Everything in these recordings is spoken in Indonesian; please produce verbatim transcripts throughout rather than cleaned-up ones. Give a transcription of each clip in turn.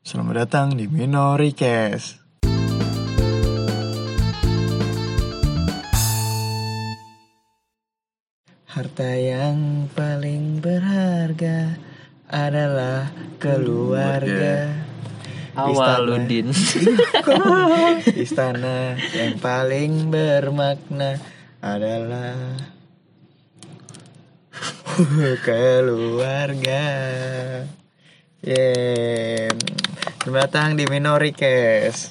Selamat datang di Minoricast. Harta yang paling berharga adalah keluarga. Awaludin. Istana, istana yang paling bermakna adalah keluarga. Yeah. Selamat datang di Minoricast.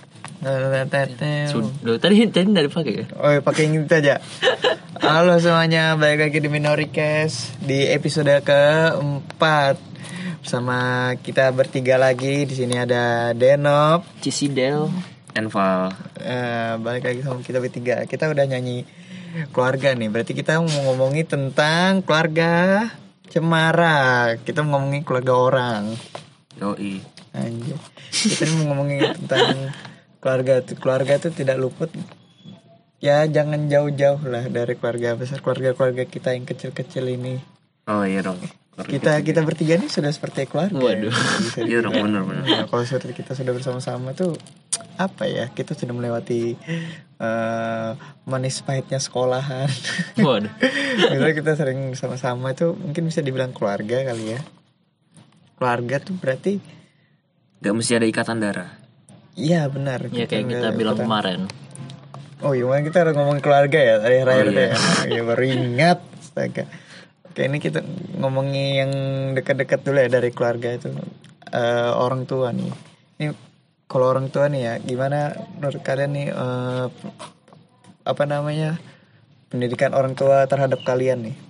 Sudah tadi tadi dari pakai ya? Oh, pakai yang itu aja. Halo semuanya, balik lagi di Minoricast di episode keempat bersama kita bertiga lagi. Di sini ada Denop, Cisidel, Enval. Uh, balik lagi sama kita bertiga. Kita udah nyanyi keluarga nih. Berarti kita mau ngomongin tentang keluarga Cemara. Kita mau ngomongin keluarga orang. Yoi. Anjir. Kita mau ngomongin tentang keluarga. Keluarga itu tidak luput. Ya jangan jauh-jauh lah dari keluarga besar, keluarga-keluarga kita yang kecil-kecil ini. Oh iya dong. Kita kita bertiga ini sudah seperti keluarga. Waduh. Iya dong, benar-benar. Nah, kalau seperti kita sudah bersama-sama tuh apa ya? Kita sudah melewati uh, manis pahitnya sekolahan. Waduh. Misalnya kita sering sama-sama itu mungkin bisa dibilang keluarga kali ya. Keluarga tuh berarti gak mesti ada ikatan darah. Iya benar. Ya kayak kita bilang ikatan. kemarin. Oh iya, kita harus ngomongin keluarga ya terakhir-terakhir oh, iya. ya. Ya baru ingat. Astaga. Oke, ini kita ngomongin yang dekat-dekat dulu ya dari keluarga itu. Uh, orang tua nih. Ini kalau orang tua nih ya, gimana menurut kalian nih uh, apa namanya? Pendidikan orang tua terhadap kalian nih.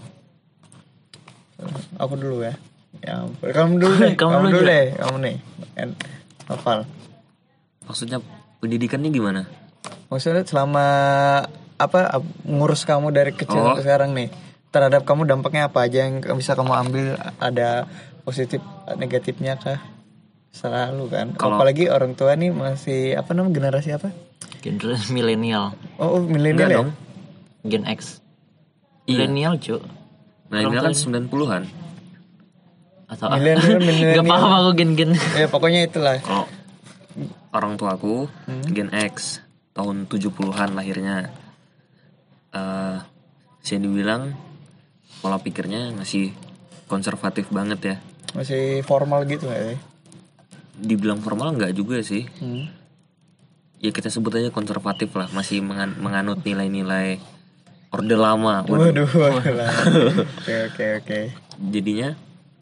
Uh, aku dulu ya. Ya, kamu dulu deh. kamu, kamu dulu aja. deh, kamu nih. Hafal. Maksudnya pendidikannya gimana? Maksudnya selama apa ngurus kamu dari kecil oh. sampai sekarang nih, terhadap kamu dampaknya apa aja yang bisa kamu ambil? Ada positif negatifnya kah? Selalu kan. Kalo, apalagi orang tua nih masih apa namanya generasi apa? Generasi milenial. Oh, oh milenial ya? Dong. Gen X. Iya. Milenial, Cuk. Milenial kan sembilan puluhan. Atau milenial milenial. Gak paham aku gen-gen. Ya pokoknya itulah. Kalau orang tuaku hmm. Gen X tahun tujuh puluhan lahirnya. Uh, saya dibilang pola pikirnya masih konservatif banget ya. Masih formal gitu gak ya? Dibilang formal enggak juga sih. Hmm. Ya kita sebut aja konservatif lah. Masih mengan- menganut nilai-nilai orde lama. Waduh, waduh. Oke oke oke. Jadinya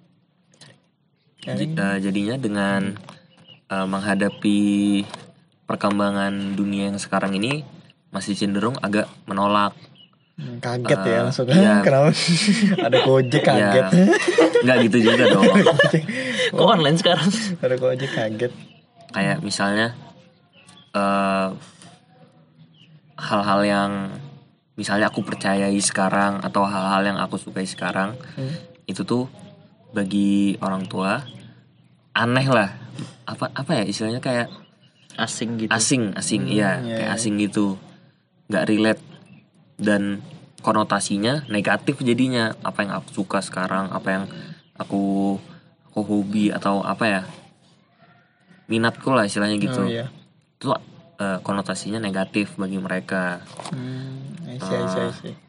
j- uh, Jadinya dengan uh, menghadapi perkembangan dunia yang sekarang ini masih cenderung agak menolak. Kaget uh, ya langsung. Iya. Kenapa? Ada Gojek kaget. Ya, nggak gitu juga dong. Kok online sekarang? Ada Gojek kaget. Kayak misalnya uh, hal-hal yang misalnya aku percayai sekarang atau hal-hal yang aku sukai sekarang, hmm. itu tuh bagi orang tua aneh lah. Apa apa ya istilahnya kayak asing gitu. Asing, asing, hmm, iya, yeah. kayak asing gitu. Nggak relate dan konotasinya negatif jadinya. Apa yang aku suka sekarang, apa yang aku aku hobi atau apa ya minatku lah istilahnya gitu. Oh, iya. Itu uh, konotasinya negatif bagi mereka. Hmm, I see, I see, I see.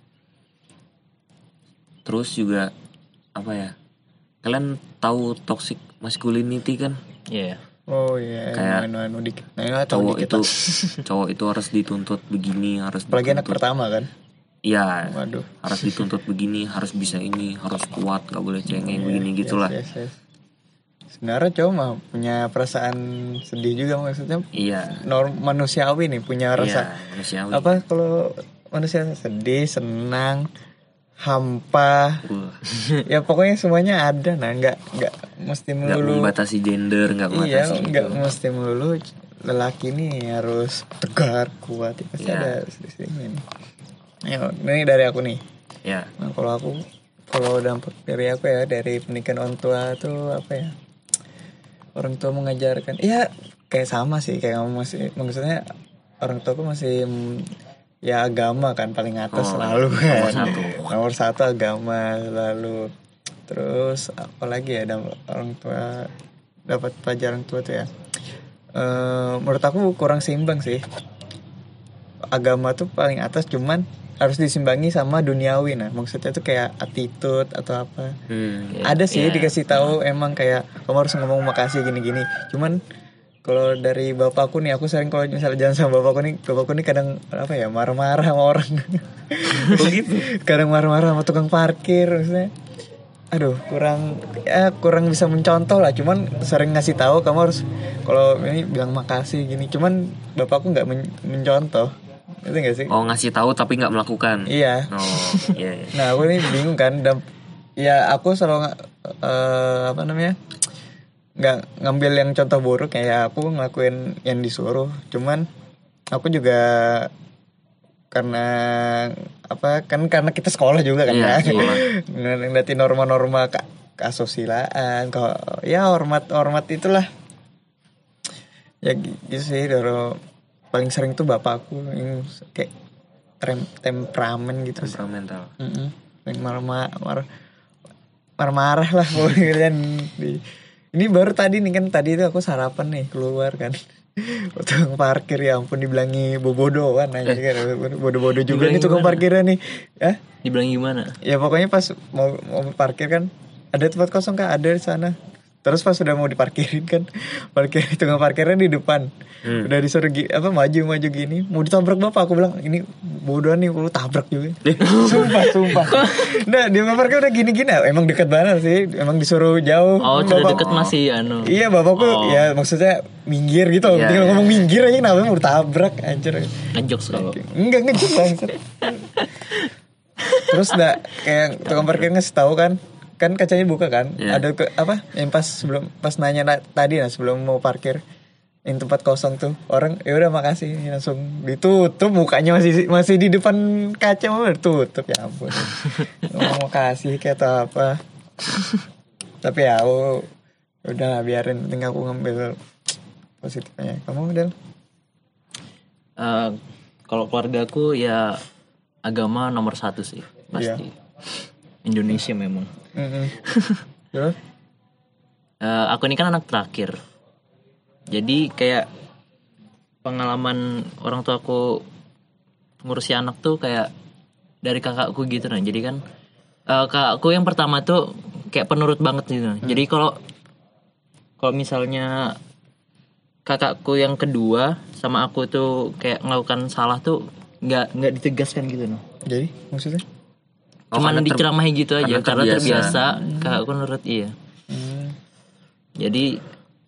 Terus juga apa ya? Kalian tahu toxic masculinity kan? Iya. Yeah. Oh iya, kayak anu, anu, dikit. Nah, cowok dikit itu cowok itu harus dituntut begini, harus apalagi dituntut. Anak pertama kan? Iya. Waduh. Harus dituntut begini, harus bisa ini, harus kuat, gak boleh cengeng, oh, begini yes, gitulah. Yes, yes. Sebenarnya cowok mah punya perasaan sedih juga maksudnya. Iya. Norm manusiawi nih punya rasa. Iya, manusiawi. Apa kalau manusia sedih, senang, hampa, uh. ya pokoknya semuanya ada. Nah nggak nggak mesti melulu nggak membatasi gender, nggak membatasi iya nggak mesti melulu lelaki nih harus tegar kuat, pasti ya. Ada sedih-sedihnya nih. Ayo, ini dari aku nih ya. Nah kalau aku kalau dampak dari aku ya dari pendidikan orang tua tuh apa ya, orang tua mengajarkan ya kayak sama sih kayak kamu masih maksudnya orang tua aku masih ya agama kan paling atas oh, selalu kan. Nomor satu. Nomor satu agama selalu. Terus apalagi ya orang tua dapat pelajaran tua tuh ya. Uh, menurut aku kurang seimbang sih. Agama tuh paling atas, cuman harus disimbangi sama duniawi. Nah maksudnya tuh kayak attitude atau apa. Hmm. Ada sih Yeah. dikasih tahu emang kayak kamu harus ngomong makasih gini-gini. Cuman kalau dari bapakku nih, aku sering kalau misalnya jalan sama bapakku nih, bapakku nih kadang apa ya marah-marah sama orang. Oh gitu. Kadang marah-marah sama tukang parkir, maksudnya. Aduh, kurang ya kurang bisa mencontoh lah. Cuman sering ngasih tahu kamu harus kalau ini bilang makasih gini. Cuman bapakku nggak men- mencontoh, itu nggak sih? Oh ngasih tahu tapi nggak melakukan. Iya. Oh iya. iya. Nah aku ini bingung kan. Dan ya aku selalu uh, apa namanya nggak ngambil yang contoh buruk, kayak aku ngelakuin yang disuruh. Cuman aku juga karena apa kan karena kita sekolah juga kan Iya, ya sekolah. ngeliatin norma-norma ka- keasusilaan kalau ya hormat hormat itulah ya gitu sih. Doro paling sering tuh bapakku yang kayak trem- temperamen gitu sih. Temperamental. Mm-mm. Yang marah marah marah-marah lah pokoknya. Di- ini baru tadi nih kan, tadi itu aku sarapan nih keluar kan tukang parkir, ya ampun dibilangi bobodoan aja kan, bodoh-bodoh juga Dibilangi nih tukang gimana? parkirnya nih ya. Dibilang gimana? Ya pokoknya pas mau mau parkir kan, ada tempat kosong kan, ada di sana. Terus pas sudah mau diparkirin kan, parkir tukang parkirnya di depan. Hmm. Udah disuruh gi- apa maju-maju gini, mau ditabrak bapak. Aku bilang ini bodohan nih, lu tabrak juga. Sumpah, sumpah. Nah, di parkir udah gini-gini, emang dekat banget sih. Emang disuruh jauh. Oh, sudah Bapak- deket masih anu. Iya, bapakku Oh. ya maksudnya minggir gitu. Iya, Tinggal iya. ngomong minggir aja, kenapa mau ditabrak anjir. Ngejokes kalau. Enggak ngejek banget. Terus udah kayak tukang parkir ngasih tahu kan, kan kacanya buka kan, Iya. ada ke, apa yang pas sebelum pas nanya na- tadi nah sebelum mau parkir yang tempat kosong tuh orang ya udah makasih, langsung ditutup, mukanya masih masih di depan kaca malah ditutup, ya ampun. Ngomong makasih kayak atau apa. Tapi ya aku udah biarin, penting aku ngambil positifnya. Kamu Del? Eh, kalau keluargaku ya agama nomor satu sih pasti. Indonesia memang. Mm-mm. Terus? Eh, aku ini kan anak terakhir. Jadi kayak pengalaman orang tua aku ngurusi anak tuh kayak dari kakakku gitu nah. Jadi kan eh, kakakku yang pertama tuh kayak penurut banget gitu. Nah. Jadi kalau kalau misalnya kakakku yang kedua sama aku tuh kayak melakukan salah tuh nggak nggak ditegaskan gitu nah. Jadi maksudnya? Oh, Cuman karena ter- diceramahi gitu aja karena karena terbiasa, terbiasa. kakakku nurut iya. Hmm. Jadi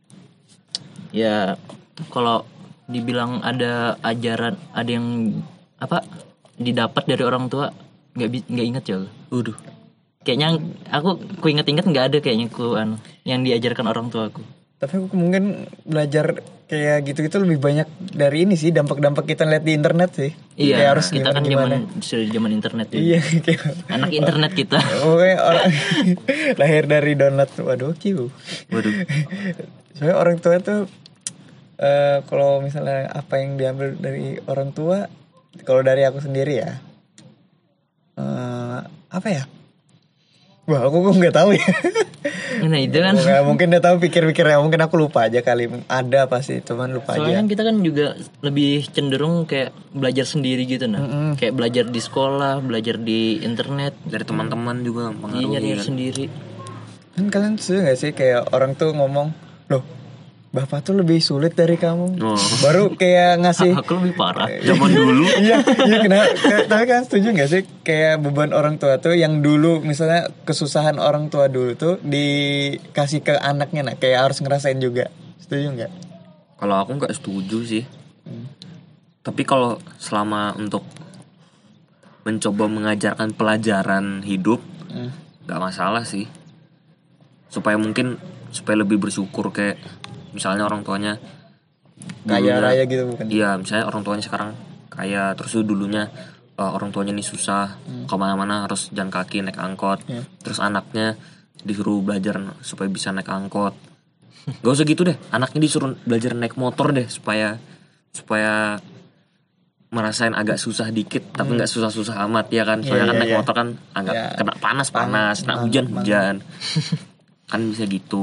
ya kalau dibilang ada ajaran, ada yang apa didapat dari orang tua nggak bi- nggak inget ya. Waduh. Kayaknya aku ku inget-inget nggak ada kayaknya ku anu yang diajarkan orang tuaku. Tapi aku mungkin belajar kayak gitu-gitu lebih banyak dari ini sih, dampak-dampak kita lihat di internet sih. Kayak Iya, harus kita kan gimana-gimana. zaman sudah zaman internet ya. Iya, kayak Anak internet kita. Pokoknya orang lahir dari download, waduh kiu. Waduh. Soalnya orang tua tuh eh, kalau misalnya apa yang diambil dari orang tua, kalau dari aku sendiri ya, eh, apa ya? Wah, aku kok nggak tahu ya. Nah itu kan. Nggak, mungkin dia tahu pikir-pikir ya, mungkin aku lupa aja kali. Ada pasti, cuman lupa Soalnya aja. kan kita kan juga lebih cenderung kayak belajar sendiri gitu nah. Mm-mm. Kayak belajar di sekolah, belajar di internet. Dari teman-teman juga Iya pengaruhi nyari kan. sendiri. Kan kalian setuju gak sih kayak orang tuh ngomong, loh bapak tuh lebih sulit dari kamu. Oh. Baru kayak ngasih Aku lebih parah. Zaman dulu. iya, iya kenapa? Ka- Tapi kan setuju gak sih kayak beban orang tua tuh yang dulu misalnya kesusahan orang tua dulu tuh dikasih ke anaknya, nah kayak harus ngerasain juga. Setuju nggak? Kalau aku nggak setuju sih. Tapi kalau selama untuk mencoba mengajarkan pelajaran hidup, Hmm. nggak masalah sih. Supaya mungkin supaya lebih bersyukur, kayak misalnya orang tuanya Kaya dulunya- raya gitu bukan? Iya, misalnya orang tuanya sekarang kaya, terus tuh dulunya uh, orang tuanya nih susah, kemana-mana harus jalan kaki naik angkot, Iya. terus anaknya disuruh belajar supaya bisa naik angkot. Gak usah gitu deh, anaknya disuruh belajar naik motor deh supaya supaya merasain agak susah dikit, tapi nggak susah-susah amat ya kan. Soalnya Iya, kan iya, naik iya. motor kan agak Iya. kena panas-panas, Panas, kena panas, hujan-hujan, kan bisa gitu.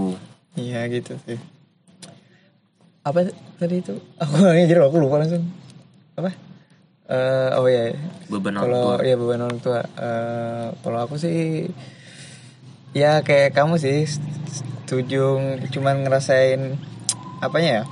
Iya gitu sih. Apa tadi itu? Aku anjir aku lupa langsung. Apa? Eh oh ya. Beban orang Kalau tua. ya beban orang tua. Eh kalau aku sih ya kayak kamu sih setuju, cuman ngerasain apanya ya?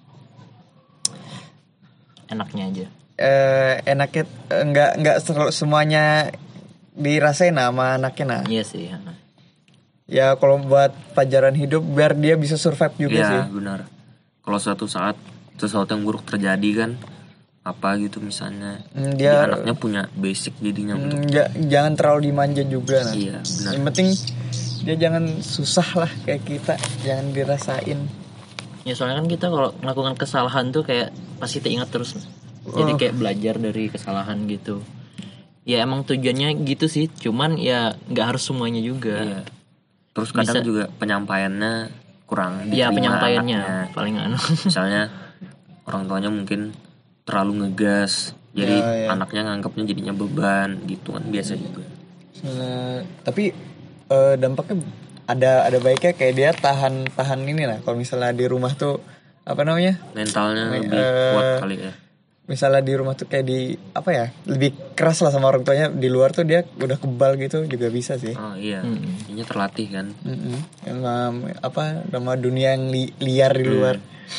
Enaknya aja. Eh enaknya eh, nggak nggak selalu semuanya dirasain sama anaknya nah. Iya sih. Ya kalau buat pelajaran hidup biar dia bisa survive juga Iya sih. benar. Kalau suatu saat sesuatu yang buruk terjadi kan, apa gitu misalnya, Hmm, dia dia anaknya punya basic jadinya untuk Hmm, ja- jangan terlalu dimanja juga nah. iya benar. Yang penting dia jangan susah lah kayak kita, jangan dirasain. Ya soalnya kan kita kalau melakukan kesalahan tuh kayak pasti teringat terus. Jadi Oh. kayak belajar dari kesalahan gitu. Ya emang tujuannya gitu sih, cuman ya nggak harus semuanya juga. Iya. Terus kadang Bisa. juga penyampaiannya kurang Iya diterima penyampaiannya anaknya. paling anu. Misalnya orang tuanya mungkin terlalu ngegas, jadi Ya, ya. anaknya nganggapnya jadinya beban gitu kan, biasa juga. Nah, tapi eh, dampaknya ada ada baiknya kayak dia tahan tahan ini lah. Kalau misalnya di rumah tuh apa namanya? Mentalnya Eh, lebih kuat kali ya. Misalnya di rumah tuh kayak di apa ya? Lebih keras lah sama orang tuanya. Di luar tuh dia udah kebal gitu juga bisa sih. Oh iya, Mm-mm. ini terlatih kan. Mm-mm. Sama apa nama dunia yang li- liar di luar.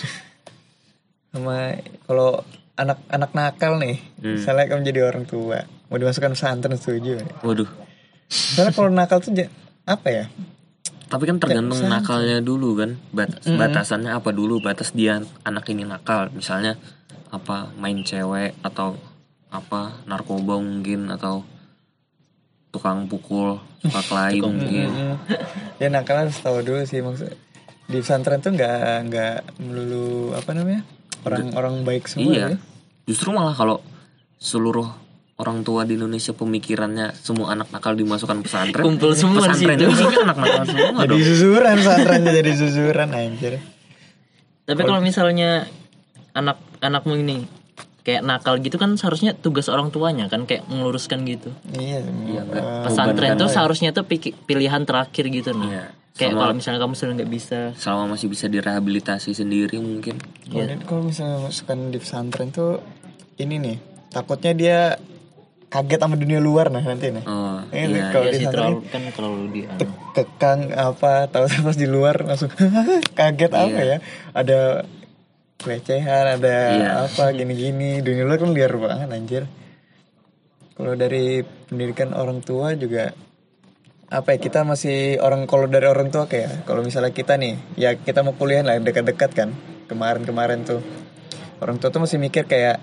Sama kalau anak-anak nakal nih, Hmm. misalnya kamu jadi orang tua, mau dimasukkan pesantren setuju. Ya? Waduh, Soalnya kalau nakal tuh ja- apa ya? tapi kan tergantung Ya, nakalnya dulu kan. Bat- batasannya apa dulu? Batas dia anak ini nakal, misalnya apa main cewek atau apa narkoba mungkin, atau tukang pukul, suka kelahi mungkin. Mm. Ya nakal harus tahu dulu sih maksud. Di pesantren tuh nggak nggak melulu apa namanya orang-orang baik semua. Iya, Ya? justru malah kalau seluruh orang tua di Indonesia pemikirannya semua anak nakal dimasukkan pesantren, Kumpul semua di pesantren situ. isinya anak nakal semua Jadi dong. susuran pesantrennya jadi susuran anjir. Tapi kalau misalnya anak anakmu ini kayak nakal gitu kan seharusnya tugas orang tuanya kan kayak meluruskan gitu. Iya. Iya, enggak. eh, Pesantren Beban tuh kan. seharusnya tuh piki- pilihan terakhir gitu nih. Iya. Kayak Sama- kalau misalnya kamu sudah nggak bisa. Selama masih bisa direhabilitasi sendiri mungkin. Kalau Iya. dia- kalau misalnya masukkan di pesantren tuh ini nih takutnya dia kaget sama dunia luar nah nanti nih. Oh Iya, iya, kalau Iya di sih pesantren terlalu kan terlalu di anu. Ke- kekang apa tahu pas di luar langsung kaget apa Iya. ya ada pelecehan ada Iya. apa gini-gini dunia luar kan liar banget anjir. Kalau dari pendidikan orang tua juga apa ya kita masih orang kalau dari orang tua kayak kalau misalnya kita nih ya kita mau kuliah lah dekat-dekat kan kemarin-kemarin tuh orang tua tuh masih mikir kayak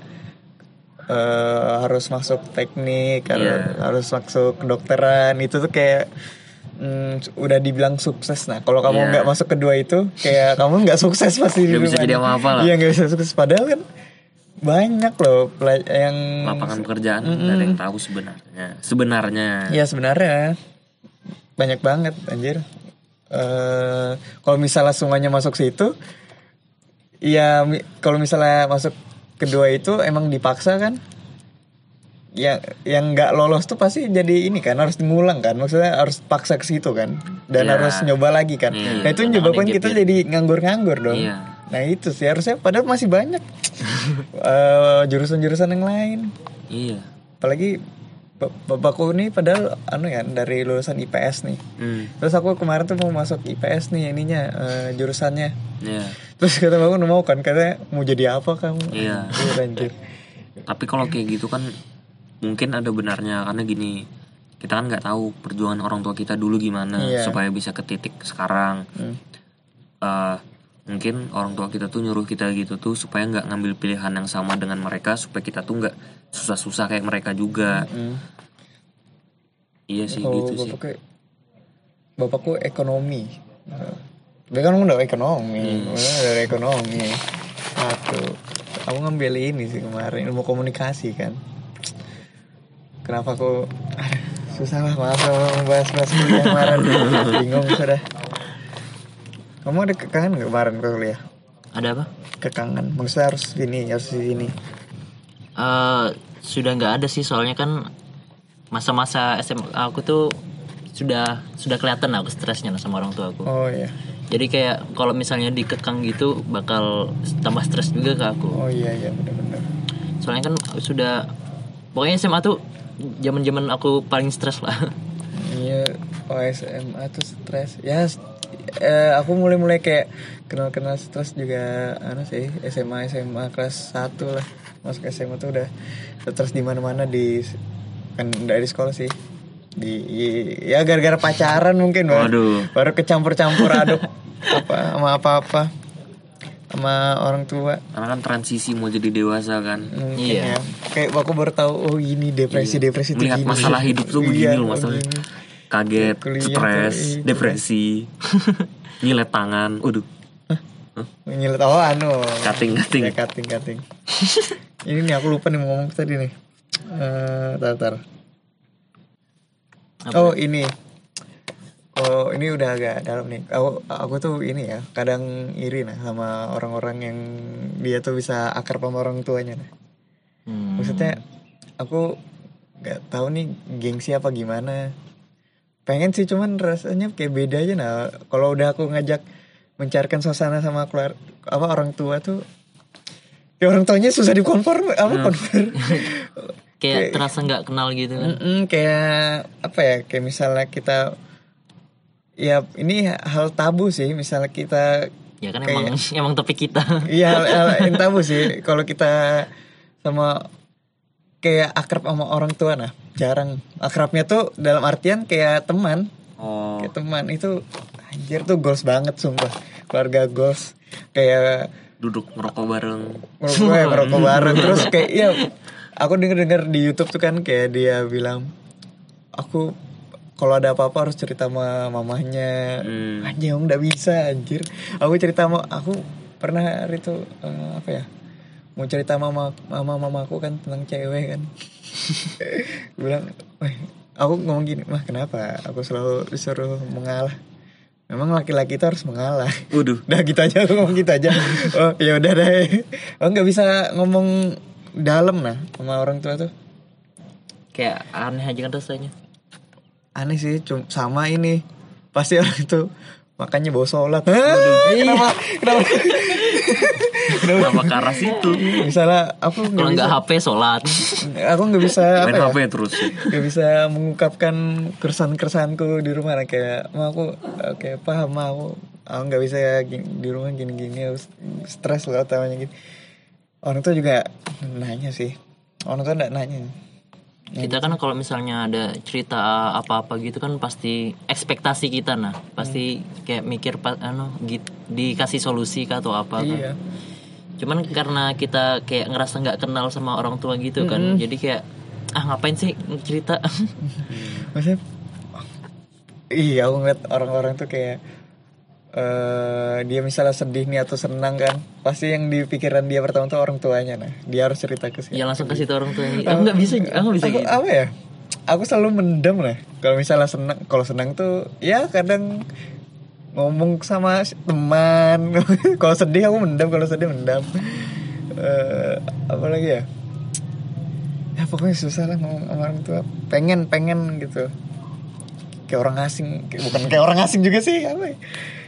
eh, harus masuk teknik harus, Iya. harus masuk kedokteran itu tuh kayak mm, udah dibilang sukses. Nah kalau kamu Iya. nggak masuk kedua itu kayak kamu nggak sukses pasti di Nggak bisa rumah. jadi apa-apa lah. Iya nggak bisa sukses padahal kan banyak loh pelaj- yang Lapangan pekerjaan nggak ada yang tahu sebenarnya. Sebenarnya. ya sebenarnya banyak banget anjir. Eh kalau misalnya semuanya masuk situ ya mi- kalau misalnya masuk kedua itu emang dipaksa kan yang yang nggak lolos tuh pasti jadi ini kan harus ngulang kan maksudnya harus paksa ke situ kan dan Iya. harus nyoba lagi kan. Iya, Nah itu jangan menyebabkan yang kita gap year. jadi nganggur-nganggur dong. Iya. Nah itu sih harusnya padahal masih banyak eh, jurusan-jurusan yang lain. Iya. Apalagi bap- bapakku ini padahal anu ya dari lulusan I P S nih. Hmm. Terus aku kemarin tuh mau masuk I P S nih ininya eh, jurusannya. Iya. Terus kata bapak mau kan katanya mau jadi apa kamu? Iya. Iya anjir. Tapi kalau kayak gitu kan mungkin ada benarnya, karena gini, kita kan nggak tahu perjuangan orang tua kita dulu gimana Iya. supaya bisa ke titik sekarang. Hmm. Eh, mungkin orang tua kita tuh nyuruh kita gitu tuh supaya nggak ngambil pilihan yang sama dengan mereka, supaya kita tuh nggak susah-susah kayak mereka juga. Hmm. Iya sih Kalau gitu sih. bapakku bapakku ekonomi. Dia kan udah ekonomi, Hmm. Udah dari ekonomi. Satu. Aku ngambil ini sih kemarin ilmu komunikasi kan. Kenapa aku aduh, susah lah maaf kalau membahas-bahas kuliah kemarin. Bingung sudah. Kamu ada kekangan nggak kemarin ke kuliah? Ada apa? Kekangan, maksudnya harus ini, harus ini. Eh sudah nggak ada sih soalnya kan masa-masa S M A aku tuh sudah sudah kelihatan aku stresnya lah sama orang tua aku. Oh iya. Jadi kayak kalau misalnya dikekang gitu bakal tambah stres juga ke aku. Oh iya iya benar-benar. Soalnya kan sudah pokoknya S M A tuh zaman-zaman aku paling stres lah. Iya, oh S M A tuh stres. Ya, eh, aku mulai-mulai kayak kenal-kenal stres juga anu sih, S M A S M A kelas satu lah. Masuk S M A tuh udah stres di mana-mana di kan dari sekolah sih. Di ya gara-gara pacaran mungkin baru, Waduh. baru kecampur-campur aduk apa sama apa-apa sama orang tua. Karena kan transisi mau jadi dewasa kan. Mungkin Iya. ya. Kayak aku baru tahu oh ini depresi Iya. depresi tuh Melihat gini. masalah hidup tuh begini Iya, loh masalahnya. begini. Kaget, Kuliah stres, tuh, iya. depresi, nyilet tangan, waduh, Nyilet oh anu Cutting, cutting. ya, cutting cutting ini nih aku lupa nih mau ngomong tadi nih eh tar tar Apa? oh ini oh ini udah agak dalam nih aku aku tuh ini ya kadang iri nah sama orang-orang yang dia tuh bisa akrab sama orang tuanya nah. Hmm. Maksudnya aku nggak tahu nih gengsi apa gimana, pengen sih cuman rasanya kayak beda aja nah kalau udah aku ngajak mencarikan suasana sama keluar apa orang tua tuh ya orang tuanya susah dikonform apa Hmm. konform Kayak Kayak- terasa nggak kenal gitu kan. Mm-mm, kayak apa ya kayak misalnya kita ya ini hal tabu sih misalnya kita Ya kan kayak- emang emang topik kita. iya hal, hal yang tabu sih kalau kita sama kayak akrab sama orang tua nah jarang akrabnya tuh dalam artian kayak teman oh, kayak teman itu anjir tuh goals banget sumpah keluarga goals kayak duduk ngerokok bareng, merokok ya merokok bareng terus kayak ya aku denger dengar di YouTube tuh kan kayak dia bilang aku kalau ada apa-apa harus cerita sama mamahnya. Hmm. Anjir aku nggak bisa anjir aku cerita sama aku pernah hari itu eh, apa ya mau cerita mama mama mamaku kan tentang cewek kan Dia bilang wah aku ngomong gini mah kenapa aku selalu disuruh mengalah memang laki-laki itu harus mengalah. waduh, Udah gitu aja aku ngomong gitu aja. Oh ya udah deh. Oh nggak bisa ngomong dalam nah sama orang tua tuh. Kayak aneh aja kan rasanya. Aneh sih cum sama ini. Pasti orang itu makanya bawa sholat. Hah? Kenapa? Kenapa? kenapa ke arah situ? Misalnya aku Kalau nggak nggak bisa. H P sholat. Aku nggak bisa Main apa H P ya? terus. Gak bisa mengungkapkan keresahan-keresahanku di rumah nah, kayak ma aku oke paham ma aku aku nggak bisa gini, di rumah gini-gini aku stres loh tamanya gitu orang tua juga nanya sih orang tua nggak nanya. Kita kan kalau misalnya ada cerita apa-apa gitu kan pasti ekspektasi kita nah, pasti kayak mikir pa- anu gitu, dikasih solusi kah atau apa kan. Iya Cuman karena kita kayak ngerasa nggak kenal sama orang tua gitu kan, jadi kayak ah ngapain sih cerita. maksudnya iya aku ngeliat orang-orang tuh kayak eh dia misalnya sedih nih atau senang kan pasti yang di pikiran dia pertama tuh orang tuanya nah dia harus cerita ke siapa. Ya langsung kasih tau orang tua. Aku nggak bisa, aku nggak bisa Aku- gitu. apa ya aku selalu mendem lah kalau misalnya senang kalau senang tuh ya kadang ngomong sama teman kalau sedih aku mendem kalau sedih mendem eh apa lagi ya ya pokoknya susah lah ngomong sama orang tua pengen pengen gitu kayak orang asing kayak- bukan kayak orang asing juga sih apa ya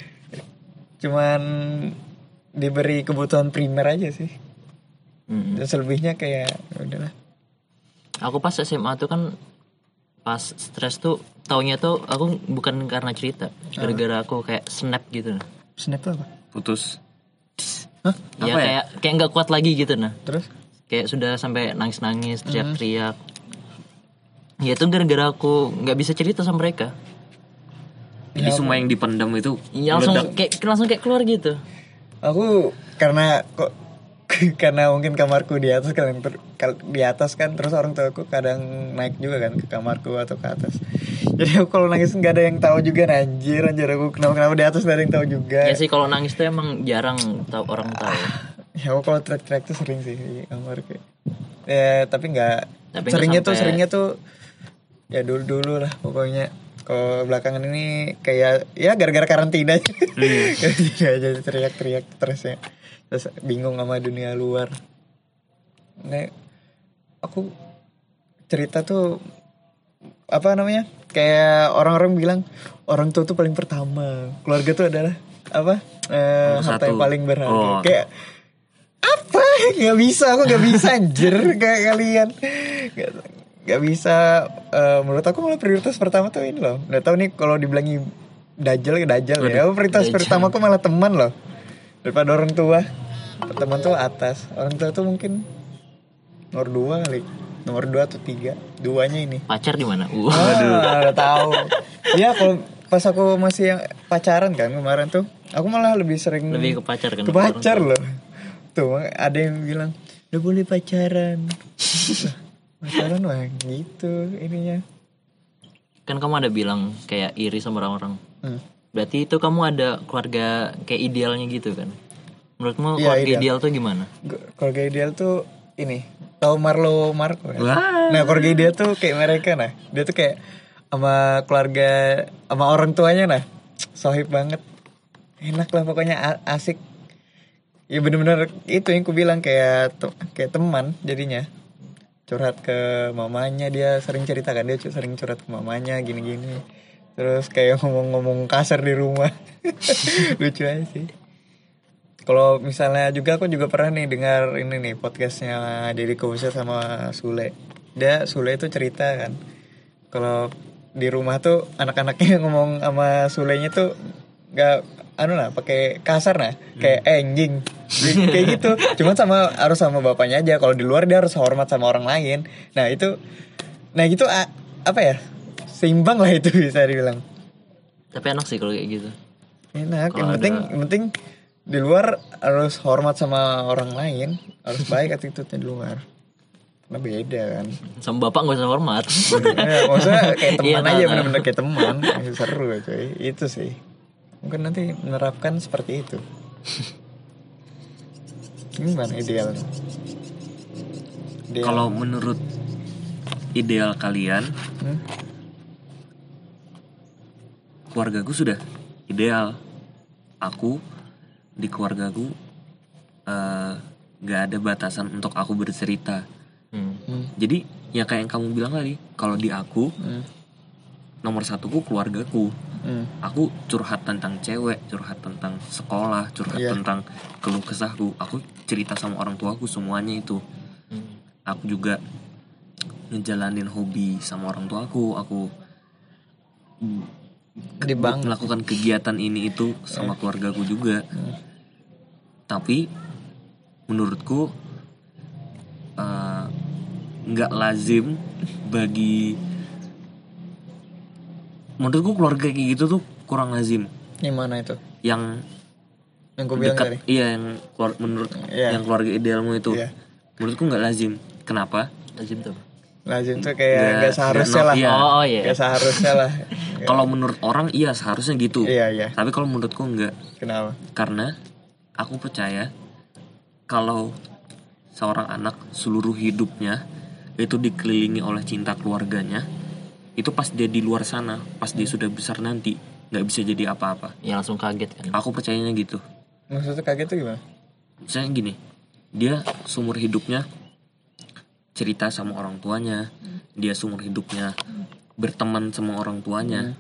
cuman diberi kebutuhan primer aja sih Mm-mm. dan selebihnya kayak ya udahlah. Aku pas S M A tuh kan pas stres tuh taunya tuh aku bukan karena cerita, gara-gara aku kayak snap gitu nah. Snap tuh apa? Putus. Hah? Ya Apa ya? kayak kayak nggak kuat lagi gitu nah. Terus? Kayak sudah sampai nangis-nangis, teriak-teriak. Ya itu gara-gara aku nggak bisa cerita sama mereka. Jadi semua yang dipendam itu Ya langsung meledak. kayak langsung kayak keluar gitu. Aku karena kok karena mungkin kamarku di atas kan ter- kal- di atas kan terus orang tua aku kadang naik juga kan ke kamarku atau ke atas. Jadi aku kalau nangis nggak ada yang tahu juga nah, anjir anjir aku kenapa kenapa di atas nggak ada yang tahu juga. Ya sih kalau nangis tuh emang jarang tahu orang tahu. Ya aku kalau teriak-teriak tuh sering sih di kamarku. Ya tapi nggak Tapi nggak seringnya tuh sampai- seringnya tuh ya dulu dulu lah pokoknya. Kalau belakangan ini kayak ya gara-gara karantina aja. Karantina aja teriak-teriak terus ya. Terus bingung sama dunia luar. Nggak, aku cerita tuh apa namanya? Kayak orang-orang bilang orang tua tuh paling pertama. Keluarga tuh adalah apa eh, Nomor harta satu. yang paling berharga. Oh. Kayak apa? Gak bisa, aku gak bisa anjir kayak kalian. Gak, gak bisa. eh, menurut aku malah prioritas pertama tuh ini loh. Gak tahu nih kalau dibilangi dajal ke dajal ya. Aku prioritas dajal. pertama aku malah teman loh daripada orang tua. Teman tuh atas, orang tua tuh mungkin nomor dua kali, nomor dua atau tiga, duanya ini. Pacar di mana? Uh. Waduh, udah tahu. Ya kalau pas aku masih yang pacaran kan kemarin tuh, aku malah lebih sering Lebih ke pacar kan? ke pacar loh. Tuh ada yang bilang udah boleh pacaran. Lah, pacaran wah gitu ininya. Kan kamu ada bilang kayak iri sama orang-orang. Hmm. Berarti itu kamu ada keluarga kayak idealnya gitu kan? Menurutmu Iya, keluarga ideal. ideal tuh gimana? Gu- Keluarga ideal tuh ini, tahu Marlo Marco kan? Wah. Nah keluarga ideal tuh kayak mereka nah, dia tuh kayak sama keluarga, sama orang tuanya nah, sohib banget, enak lah pokoknya a- asik. Ya bener-bener itu yang ku bilang kayak te- kayak teman jadinya. Curhat ke mamanya, dia sering cerita kan, dia cu- sering curhat ke mamanya gini-gini. Terus kayak ngomong-ngomong kasar di rumah. Lucu aja sih. Kalau misalnya juga aku juga pernah nih dengar ini nih podcastnya Deddy Corbuzier sama Sule. Dia Sule itu cerita kan, kalau di rumah tuh anak-anaknya ngomong sama Sulenya tuh nggak anu lah pakai kasar nah kayak eh, anjing kayak gitu. Cuman sama harus sama bapaknya aja. Kalau di luar dia harus hormat sama orang lain. Nah itu, nah gitu a- apa ya, seimbang lah itu bisa dibilang. Tapi enak sih kalau kayak gitu. Enak, Kalau yang penting ada- yang penting di luar harus hormat sama orang lain, harus baik attitude-nya di luar. Karena beda kan. Sama bapak gak usah hormat. Ya, maksudnya kayak teman Iya, aja, tahu, benar-benar kayak teman. Seru coy. Itu sih. Mungkin nanti menerapkan seperti itu. Gimana ideal? Ideal. Kalau menurut ideal kalian, Hmm? keluargaku sudah ideal. Aku di keluargaku eh, gak ada batasan untuk aku bercerita. Hmm. Hmm. Jadi ya kayak yang kamu bilang tadi, kalau di aku Hmm. nomor satuku keluargaku. Hmm. Aku curhat tentang cewek, curhat tentang sekolah, curhat Iya. tentang keluh kesahku. Aku cerita sama orang tuaku semuanya itu. Hmm. Aku juga ngejalanin hobi sama orang tuaku. Aku Gede banget. melakukan kegiatan ini itu sama keluargaku juga. Hmm. Tapi menurutku eh, nggak lazim bagi menurutku keluarga kayak gitu tuh kurang lazim. Yang mana itu? Yang Yang gue bilang tadi. dekat, iya yang keluar- menurut Iya. yang keluarga idealmu itu, Iya. menurutku nggak lazim. Kenapa? Lazim tuh. Lazim tuh kayak Nggak- nggak seharusnya nggak lah. no- iya. Oh, oh iya. Nggak seharusnya lah. Kalau menurut orang iya seharusnya gitu. Iya iya. Tapi kalau menurutku nggak. Kenapa? Karena aku percaya kalau seorang anak seluruh hidupnya itu dikelilingi oleh cinta keluarganya, itu pas dia di luar sana, pas dia sudah besar nanti nggak bisa jadi apa-apa. Ya langsung kaget kan. Aku percayanya gitu. Maksudnya kaget tuh gimana? Misalnya gini, dia seumur hidupnya cerita sama orang tuanya, dia seumur hidupnya berteman sama orang tuanya,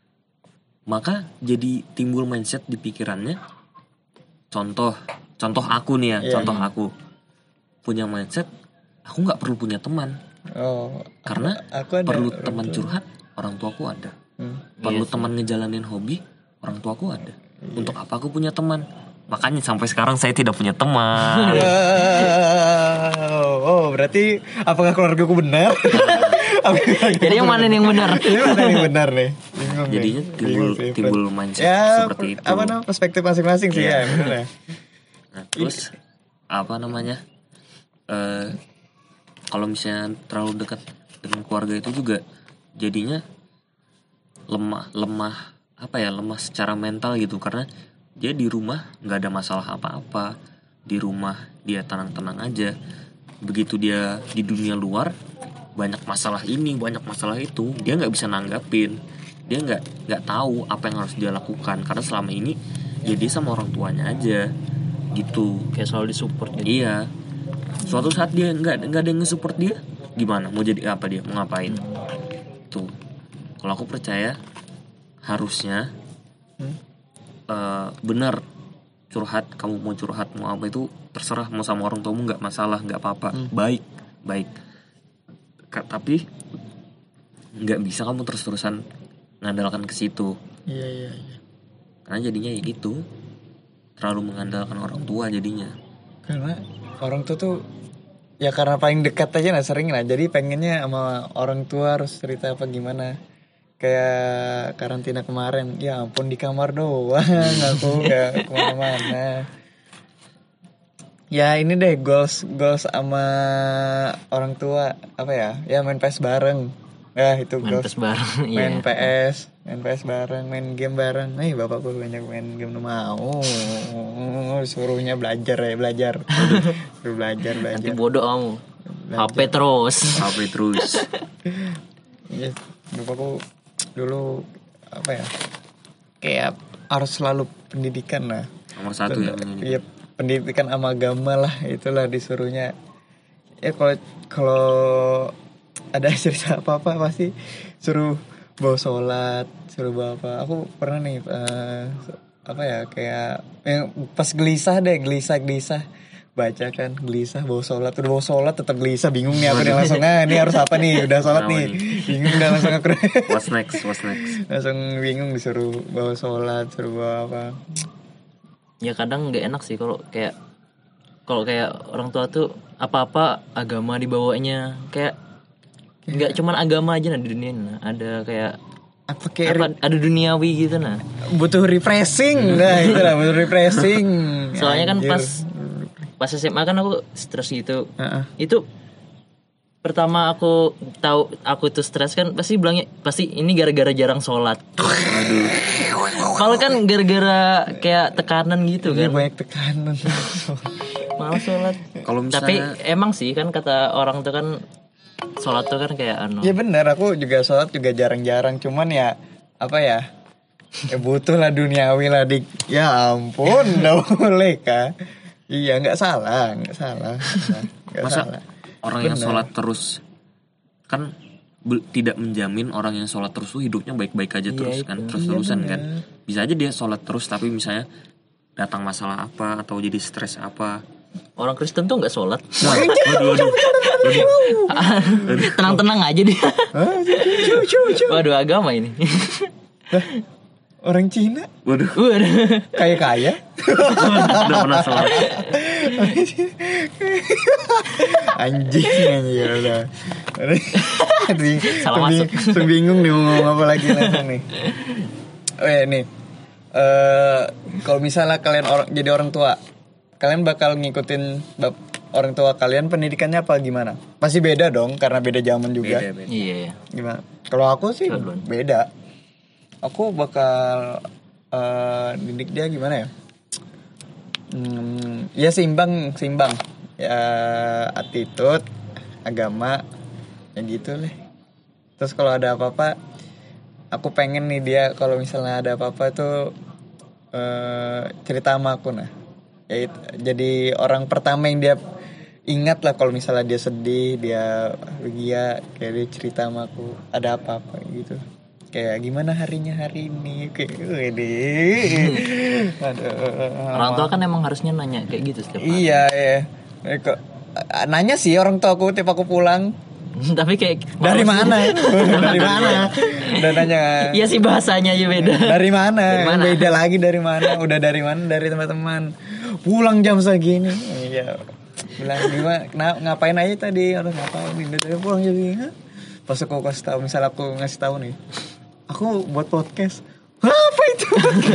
maka jadi timbul mindset di pikirannya. Contoh, contoh aku nih ya, Iya. contoh aku punya mindset, aku nggak perlu punya teman, Oh, karena aku ada perlu orang teman tua. curhat, orang tuaku ada. Hmm. Perlu Iya sih. teman ngejalanin hobi, orang tuaku ada. Iya. Untuk apa aku punya teman? Makanya sampai sekarang saya tidak punya teman. Wow. Oh, berarti apakah keluarga ku benar? Apakah Jadi yang mana nih yang benar? Ini mana yang benar nih? Bingung nih. Jadinya timbul Bingung sih, timbul Fred. mindset Ya, seperti itu. apa namanya perspektif masing-masing sih Iya. ya, benar ya. Nah, terus apa namanya? Eh kalau misalnya terlalu dekat dengan keluarga itu juga jadinya lemah, lemah apa ya? Lemah secara mental gitu, karena dia di rumah nggak ada masalah apa-apa. Di rumah dia tenang-tenang aja. Begitu dia di dunia luar banyak masalah ini, banyak masalah itu, dia nggak bisa nanggapin. Dia nggak nggak tahu apa yang harus dia lakukan, karena selama ini ya dia sama orang tuanya aja gitu. Kayak selalu disupport gitu. Iya. Suatu saat dia nggak nggak ada yang nge-support dia, gimana? Mau jadi apa dia? Mau ngapain? Tuh. Kalau aku percaya harusnya Hmm. uh, benar curhat, kamu mau curhat mau apa itu terserah, mau sama orang tuamu nggak masalah, nggak apa-apa, hmm. baik baik. Ka- tapi nggak bisa kamu terus-terusan mengandalkan ke situ. Iya iya iya. Karena jadinya ya gitu, terlalu mengandalkan orang tua jadinya. Karena orang tua tuh ya karena paling dekat aja nah sering lah, jadi pengennya sama orang tua harus cerita apa gimana. Kayak karantina kemarin, ya ampun di kamar doang, aku gak kemana-mana. Ya ini deh goals goals sama orang tua apa ya? Ya main P S bareng. Ya itu main goals. P S bareng. Main Iya. P S, main P S bareng, main game bareng. Nih bapakku banyak main game mau. Suruhnya belajar ya belajar. Suruh belajar belajar. Nanti bodoh kamu. Belajar. H P terus. H P terus. Iya, bapakku dulu apa ya? Kayak harus selalu pendidikan lah. Nomor satu ya. Iya, pendidikan sama agama lah, itulah disuruhnya. Ya kalau kalau ada cerita apa-apa pasti suruh bawa sholat, suruh bawa apa. Aku pernah nih uh, apa ya kayak yang pas gelisah deh, gelisah-gelisah baca kan, gelisah bawa sholat, udah bawa sholat tetap gelisah, bingung nih aku nih langsung ah ini harus apa nih, udah sholat nih, bingung udah langsung aku what's next what's next langsung bingung disuruh bawa sholat, suruh bawa apa. Ya kadang nggak enak sih kalau kayak kalau kayak orang tua tuh apa-apa agama dibawanya, kayak nggak cuman agama aja nah di dunia nah, ada kayak apa kayak apa, ada duniawi gitu nah, butuh refreshing nah itu lah butuh refreshing. Soalnya kan Anjir. pas pas S M A kan aku stres gitu. Uh-uh. Itu pertama aku tahu aku tuh stres kan pasti bilangnya pasti ini gara-gara jarang sholat. Aduh. Kalau kan gara-gara kayak tekanan gitu Iya, kan. banyak tekanan. Malas sholat. Kalau misalnya Tapi emang sih kan kata orang tuh kan sholat tuh kan kayak anu. Ya benar, aku juga sholat juga jarang-jarang, cuman ya apa ya? Ya butuh lah duniawi lah dik. Ya ampun, nggak boleh kah? Iya nggak salah, nggak salah. Nggak masa salah. orang yang sholat terus kan be- tidak menjamin orang yang sholat terus tuh hidupnya baik-baik aja Iya, terus itu. kan, terus-terusan Iya, kan. Bisa aja dia sholat terus tapi misalnya datang masalah apa atau jadi stres apa. Orang Kristen tuh nggak sholat. Nah, waduh, waduh, waduh. Tenang-tenang aja dia. Hah, cu, cu, cu. Waduh agama ini. Orang Cina Waduh, Waduh. kaya kaya. udah pernah sholat. Anjing anjir udah. Salah masuk. Bingung nih mau ngomong apa lagi langsung nih. Oh ya nih. Eh kalau misalnya kalian orang jadi orang tua, kalian bakal ngikutin bab orang tua kalian pendidikannya apa gimana? Pasti beda dong karena beda zaman juga. Beda, beda. Iya ya. Gimana? Kalau aku sih Coba duluan. beda. Aku bakal uh, didik dia gimana ya? Hmm, ya seimbang, seimbang. Ya attitude, agama, ya gitu lah. Terus kalau ada apa-apa, aku pengen nih dia kalau misalnya ada apa-apa tuh uh, cerita sama aku nah. Ya itu, jadi orang pertama yang dia ingat lah kalau misalnya dia sedih, dia bahagia, kayak dia cerita sama aku ada apa-apa gitu. Kayak gimana harinya hari ini kayak wede. Aduh. Orang tua kan emang harusnya nanya kayak gitu setiap hari. Iya ya. Eh, kok nanya sih orang tua aku tiap aku pulang. Tapi kayak Dari mana? Dari mana? Dan nanya. Iya sih bahasanya aja beda. Dari mana? Dari mana? Beda lagi dari mana? Udah dari mana? Dari teman-teman. Pulang jam segini. Iya. Bilang gimana? Nah, ngapain aja tadi? Harus ngapain? Udah pulang jam segini. Hah? Pas aku kasih tahu, misal aku ngasih tahu nih. Aku buat podcast. Apa itu?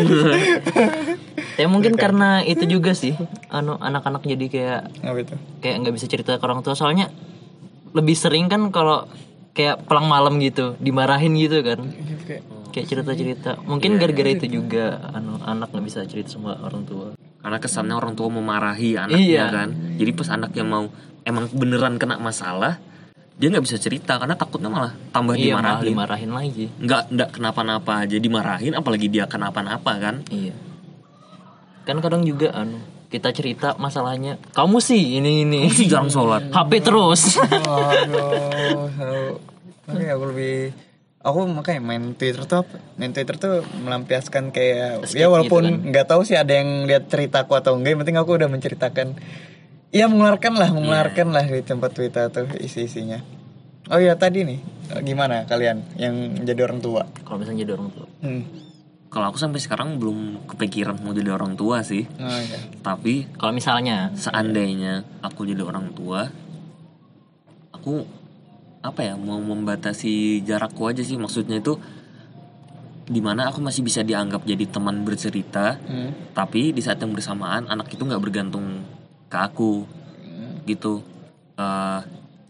Ya mungkin karena itu juga sih, anu anak-anak jadi kayak Apa itu? kayak nggak bisa cerita ke orang tua soalnya lebih sering kan kalau kayak pulang malam gitu dimarahin gitu kan, Kayak kayak cerita-cerita. Mungkin gara-gara itu juga anu anak nggak bisa cerita sama orang tua. Karena kesannya orang tua memarahi anaknya Iya. kan. Jadi pas anaknya mau emang beneran kena masalah, dia nggak bisa cerita karena takutnya malah tambah Iya malah dimarahin. dimarahin lagi. Nggak nggak kenapa-napa aja dimarahin, apalagi dia kenapa-napa kan. Iya. Kan kadang juga anu kita cerita masalahnya, kamu sih ini ini. Sih jarang sholat. H P terus. Aduh, aku lebih aku makanya main Twitter tuh apa? Main Twitter tuh melampiaskan kayak Escape ya walaupun gitu kan. nggak tahu sih ada yang lihat ceritaku atau enggak, yang penting aku udah menceritakan. Iya mengeluarkan lah, mengeluarkan lah di tempat Twitter tuh isi-isinya. Oh iya tadi nih, gimana kalian yang jadi orang tua? Kalau misalnya jadi orang tua. Hmm. Kalau aku sampai sekarang belum kepikiran mau jadi orang tua sih. Oh iya. Tapi Kalau misalnya seandainya aku jadi orang tua, aku apa ya mau membatasi jarakku aja sih, maksudnya itu dimana aku masih bisa dianggap jadi teman bercerita, Hmm. tapi di saat yang bersamaan anak itu nggak bergantung ke aku gitu. Eh,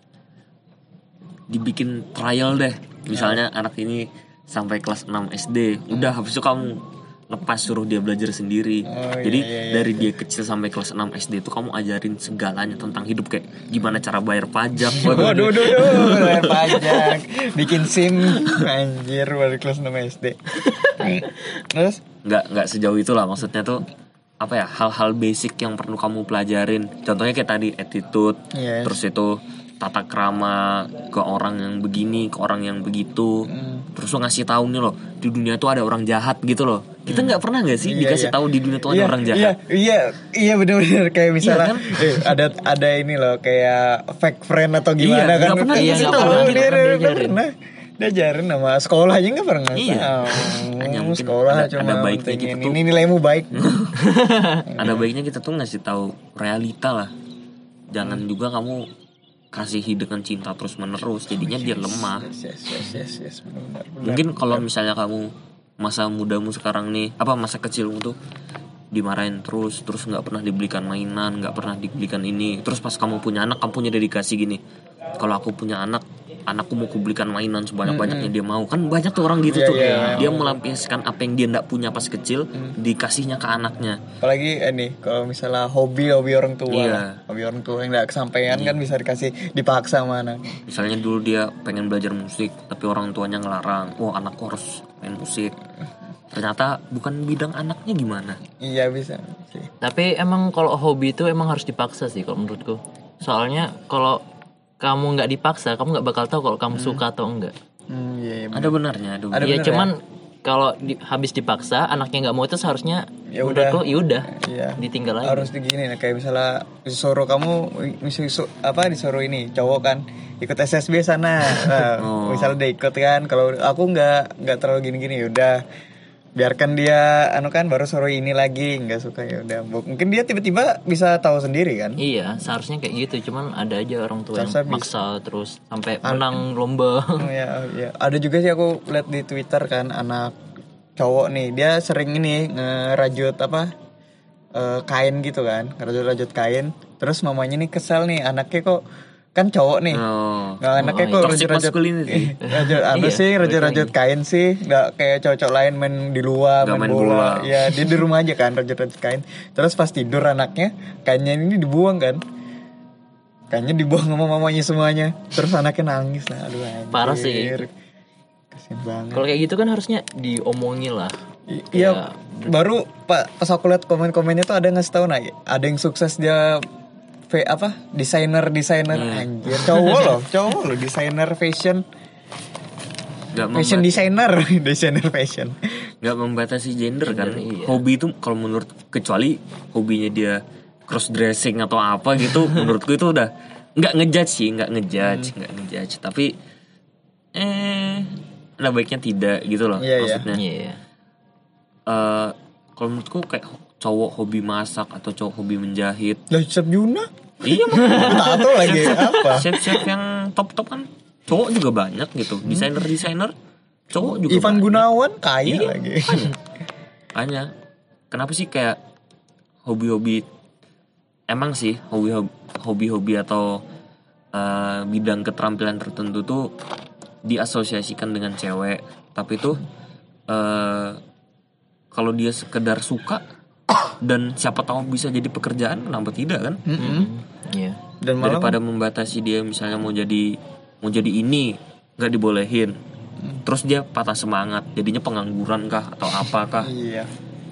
dibikin trial deh, misalnya anak ini sampai kelas enam S D, udah habis itu kamu lepas suruh dia belajar sendiri. Oh, Jadi iya, iya, dari dia kecil sampai kelas enam S D itu kamu ajarin segalanya tentang hidup, kayak gimana cara bayar pajak. Waduh, waduh, waduh, bayar pajak, bikin SIM, anjir, baru kelas enam S D. Terus? nggak nggak sejauh itulah, maksudnya tuh apa ya, hal-hal basic yang perlu kamu pelajarin. Contohnya kayak tadi attitude, Yes. terus itu tata krama ke orang yang begini, ke orang yang begitu. Hmm. Terus lo ngasih tahu nih loh, di dunia tuh ada orang jahat gitu loh. Kita nggak pernah nggak sih Iya, dikasih iya. tahu di dunia tuh ada Iya, orang Iya, jahat? iya, iya benar-benar kayak misalnya Iya, kan? eh, ada ada ini loh kayak fake friend atau gimana Iya, kan? nggak pernah Kayak dikasih gitu. tahu. Dia Nggak dia- pernah dia diajarin. pernah diajarin sama sekolah aja nggak pernah. Iya. Tahu. Hanya mungkin Sekolah ada- cuma ada baiknya pentingin gitu tuh. ini nilaimu baik. Ada baiknya kita tuh ngasih tahu realita lah. Jangan juga kamu kasihi dengan cinta terus menerus, jadinya dia lemah. Yes, yes, yes, yes, yes, benar, benar. Mungkin kalau misalnya kamu masa mudamu sekarang nih, apa masa kecilmu tuh dimarahin terus, terus nggak pernah dibelikan mainan, nggak pernah dibelikan ini, terus pas kamu punya anak, kamu punya dedikasi gini, kalau aku punya anak, anakku mau kubelikan mainan sebanyak-banyaknya dia mau. Kan banyak tuh orang gitu Iya, tuh, iya. dia melampiaskan apa yang dia nggak punya pas kecil, dikasihnya ke anaknya. Apalagi ini kalau misalnya hobi hobi orang tua, Iya. lah. Hobi orang tua yang nggak kesampaian kan bisa dikasih dipaksa sama anak. Misalnya dulu dia pengen belajar musik, tapi orang tuanya ngelarang, wah anakku harus main musik. Ternyata bukan bidang anaknya, gimana? Iya bisa sih. Tapi emang kalau hobi itu emang harus dipaksa sih kalau menurutku. Soalnya kalau kamu nggak dipaksa, kamu nggak bakal tahu kalau kamu suka atau enggak. Hmm, iya, iya, Ada benarnya, ada Ada Iya, bener cuman kalau di- habis dipaksa anaknya nggak mau itu seharusnya Ya udah. menurutku ya udah Iya. ditinggal aja. Harus begini nah, kayak misalnya disuruh kamu disuruh, apa disuruh ini cowok kan ikut S S B sana. Nah, Oh. misalnya dia ikut kan, kalau aku nggak nggak terlalu gini-gini ya udah biarkan dia anu kan baru suruh ini lagi nggak suka ya udah mungkin dia tiba-tiba bisa tahu sendiri kan. Iya, seharusnya kayak gitu. Cuman ada aja orang tua yang Seharusnya bisa. maksa terus sampai menang lomba. Oh ya, oh, ya. Ada juga sih aku lihat di Twitter kan anak cowok nih, dia sering ini ngerajut apa eh, kain gitu kan, ngerajut-rajut kain. Terus mamanya nih kesel nih, anaknya kok kan cowok nih. Oh. Nggak anaknya Oh, kok toxic rajut-rajut masculinity. rajut apa Iya, sih balik rajut-rajut lagi. kain sih, nggak kayak cowok-cowok lain main di luar Nggak main, main bola. bola. Ya dia di rumah aja kan rajut-rajut kain. Terus pas tidur anaknya kainnya ini dibuang kan. Kainnya dibuang sama mamanya semuanya. Terus anaknya nangis nah, aduh anjir. Parah sih. Kasian banget. Kalau kayak gitu kan harusnya diomongin lah. I- Iya, baru pak pas aku lihat komen-komennya tuh ada ngasih tahu nah, ada yang sukses dia V apa desainer desainer anjir cowok loh cowok loh desainer fashion Nggak fashion membat- designer desainer fashion. nggak membatasi gender, kan. Gender, iya. Hobi itu kalau menurut, kecuali hobinya dia cross dressing atau apa gitu, menurutku itu udah nggak ngejudge sih, nggak ngejudge, nggak ngejudge. Tapi eh ada baiknya tidak gitu loh, Iya, iya. maksudnya. Iya. Eh, kalau menurutku kayak cowok hobi masak atau cowok hobi menjahit, Lah Chef Juna iya tato lagi apa chef-chef yang top-top kan cowok juga banyak gitu, desainer-desainer cowok juga Ivan banyak. Gunawan kaya Iya, lagi Makanya kenapa sih kayak hobi-hobi, emang sih hobi hobi-hobi atau eh, bidang keterampilan tertentu tuh diasosiasikan dengan cewek, tapi tuh eh, kalau dia sekedar suka dan siapa tahu bisa jadi pekerjaan, kenapa tidak kan? Hmm, Iya. dan malah Daripada membatasi dia, misalnya mau jadi mau jadi ini nggak dibolehin, terus dia patah semangat, jadinya pengangguran kah atau apakah? iya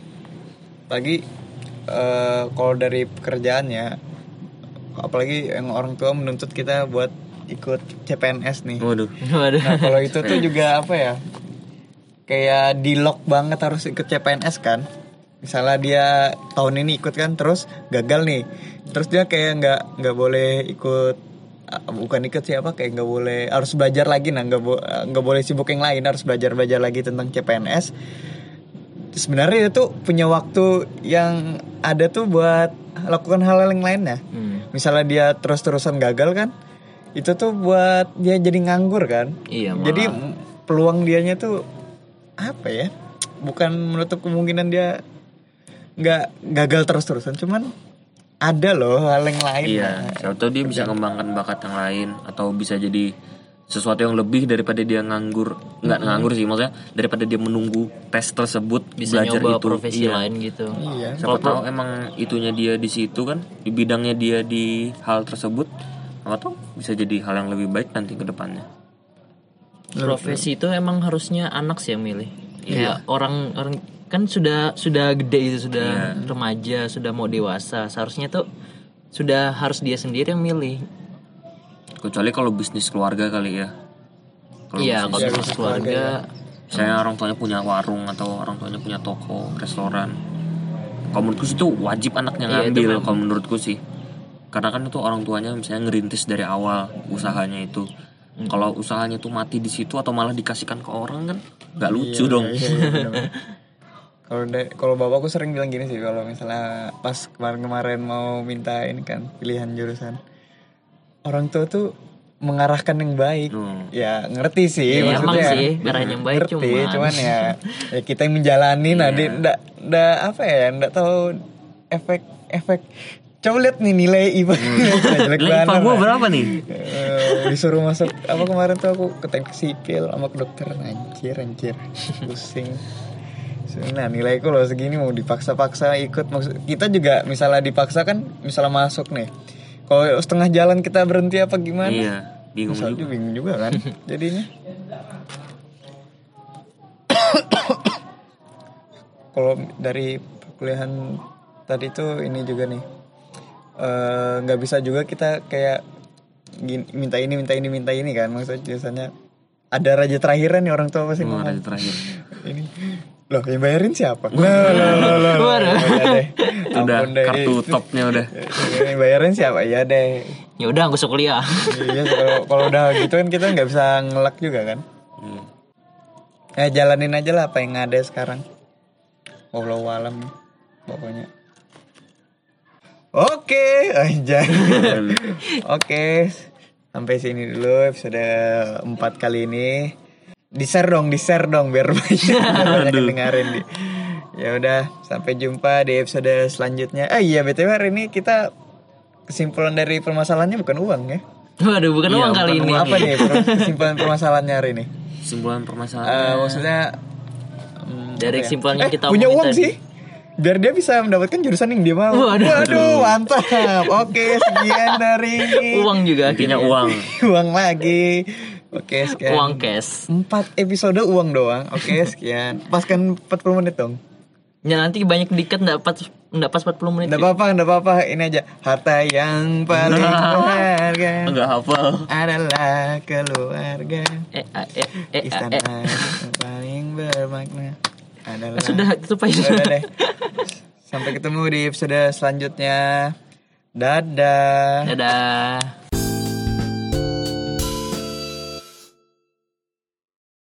lagi eh, kalau dari pekerjaannya apalagi yang orang tua menuntut kita buat ikut C P N S nih. Waduh. Waduh. Nah kalau itu tuh juga apa ya, kayak di lock banget harus ikut C P N S kan. Misalnya dia tahun ini ikut kan, terus gagal nih, terus dia kayak nggak nggak boleh ikut, bukan ikut siapa, kayak nggak boleh, harus belajar lagi. Nah nggak bo- nggak boleh sibuk yang lain, harus belajar belajar lagi tentang C P N S. Sebenarnya dia tuh punya waktu yang ada tuh buat lakukan hal yang lainnya. Hmm. Misalnya dia terus-terusan gagal kan, itu tuh buat dia jadi nganggur kan. Iya, malah. Jadi peluang dianya tuh apa ya, bukan menutup kemungkinan dia nggak gagal terus-terusan, cuman ada loh hal yang lain. Iya, siapa tahu dia bisa ngembangkan bakat yang lain atau bisa jadi sesuatu yang lebih daripada dia nganggur. Nggak nganggur sih, maksudnya daripada dia menunggu tes tersebut, Bisa belajar nyoba itu. profesi Iya. lain gitu. Iya. Siapa tahu emang itunya dia di situ kan, di bidangnya dia di hal tersebut, siapa tahu bisa jadi hal yang lebih baik nanti ke depannya. Profesi itu emang harusnya anak sih yang milih. Iya. Kayak orang orang kan sudah sudah gede itu, sudah Iya. remaja, sudah mau dewasa. Seharusnya tuh sudah harus dia sendiri yang milih. Kecuali kalau bisnis keluarga kali ya. Kalau Iya, kalau bisnis, bisnis keluarga misalnya orang tuanya punya warung atau orang tuanya punya toko, restoran. Kalau menurutku sih itu wajib anaknya Iya, itu ngambil. memang. Kalau menurutku sih, karena kan itu orang tuanya misalnya ngerintis dari awal usahanya itu. Hmm. Kalau usahanya tuh mati di situ atau malah dikasihkan ke orang kan, nggak lucu dong. Iya, iya, bener. Kalau da- kalau bapakku sering bilang gini sih, kalau misalnya pas kemarin-kemarin mau minta ini kan pilihan jurusan, orang tua tuh mengarahkan yang baik. Hmm. Ya ngerti sih, Ya, emang maksudnya. sih, ngarahin yang baik, ngerti, cuman- cuman ya, ya kita yang menjalani. Nah, Iya. dia ndak ndak apa ya, ndak tahu efek efek. Coba lihat nih nilai I P A. Jelek Nilai I P A banget. gua lah. berapa nih? Eh, disuruh masuk apa kemarin tuh aku ke teknik sipil sama kedokteran, anjir anjir pusing. Nah nilaiku loh segini, mau dipaksa-paksa ikut. Maksud kita juga misalnya dipaksa kan, misalnya masuk nih, kalau setengah jalan kita berhenti apa gimana? Iya, bingung Misalnya juga. bingung juga kan jadinya. Kalau dari perkuliahan tadi tuh ini juga nih, eh, nggak bisa juga kita kayak gini, minta ini minta ini minta ini kan, maksudnya biasanya ada raja terakhiran nih orang tua pasti Oh, ngomong ada terakhir. ini loh yang bayarin siapa? Loh loh loh loh. Waduh. Ya deh. Udah Ampun deh. kartu topnya udah. Yang bayarin siapa? Ya deh. ya udah nggak usah kuliah. Iya kalau kalau udah gitu kan kita nggak bisa ngelak juga kan. Hmm. Eh jalanin aja lah apa yang ada sekarang. Wallahu alam pokoknya. Oke, aja. Oke. Sampai sini dulu episode empat kali ini. Di-share dong, di-share dong biar banyak, biar banyak yang dengerin di. Ya udah, sampai jumpa di episode selanjutnya. Ah iya, B T W hari ini kita kesimpulan dari permasalahannya bukan uang ya. Waduh, bukan Iya, uang kali bukan ini. uang. Apa nih per- kesimpulan permasalahannya hari ini? Kesimpulan permasalahan. Eh, maksudnya hmm, Dari apa ya? kesimpulan yang Eh, kita punya omongin uang tadi. sih biar dia bisa mendapatkan jurusan yang dia mau. Waduh. Waduh, mantap. Oke, sekian dari ini. Uang juga Intinya akhirnya. uang. Uang lagi. Oke, sekian. Uang cash. Empat episode uang doang. Oke, sekian. Pas kan empat puluh menit dong. Ya nanti banyak dikat enggak pas enggak pas empat puluh menit. Enggak apa-apa, enggak apa-apa. Ini aja. Harta yang paling berharga Enggak hafal. adalah keluarga. Eh, eh, eh, eh, Istana eh. yang paling bermakna adalah. Sudah, tutup aja. Udah deh. Sampai ketemu di episode selanjutnya. Dadah. Dadah.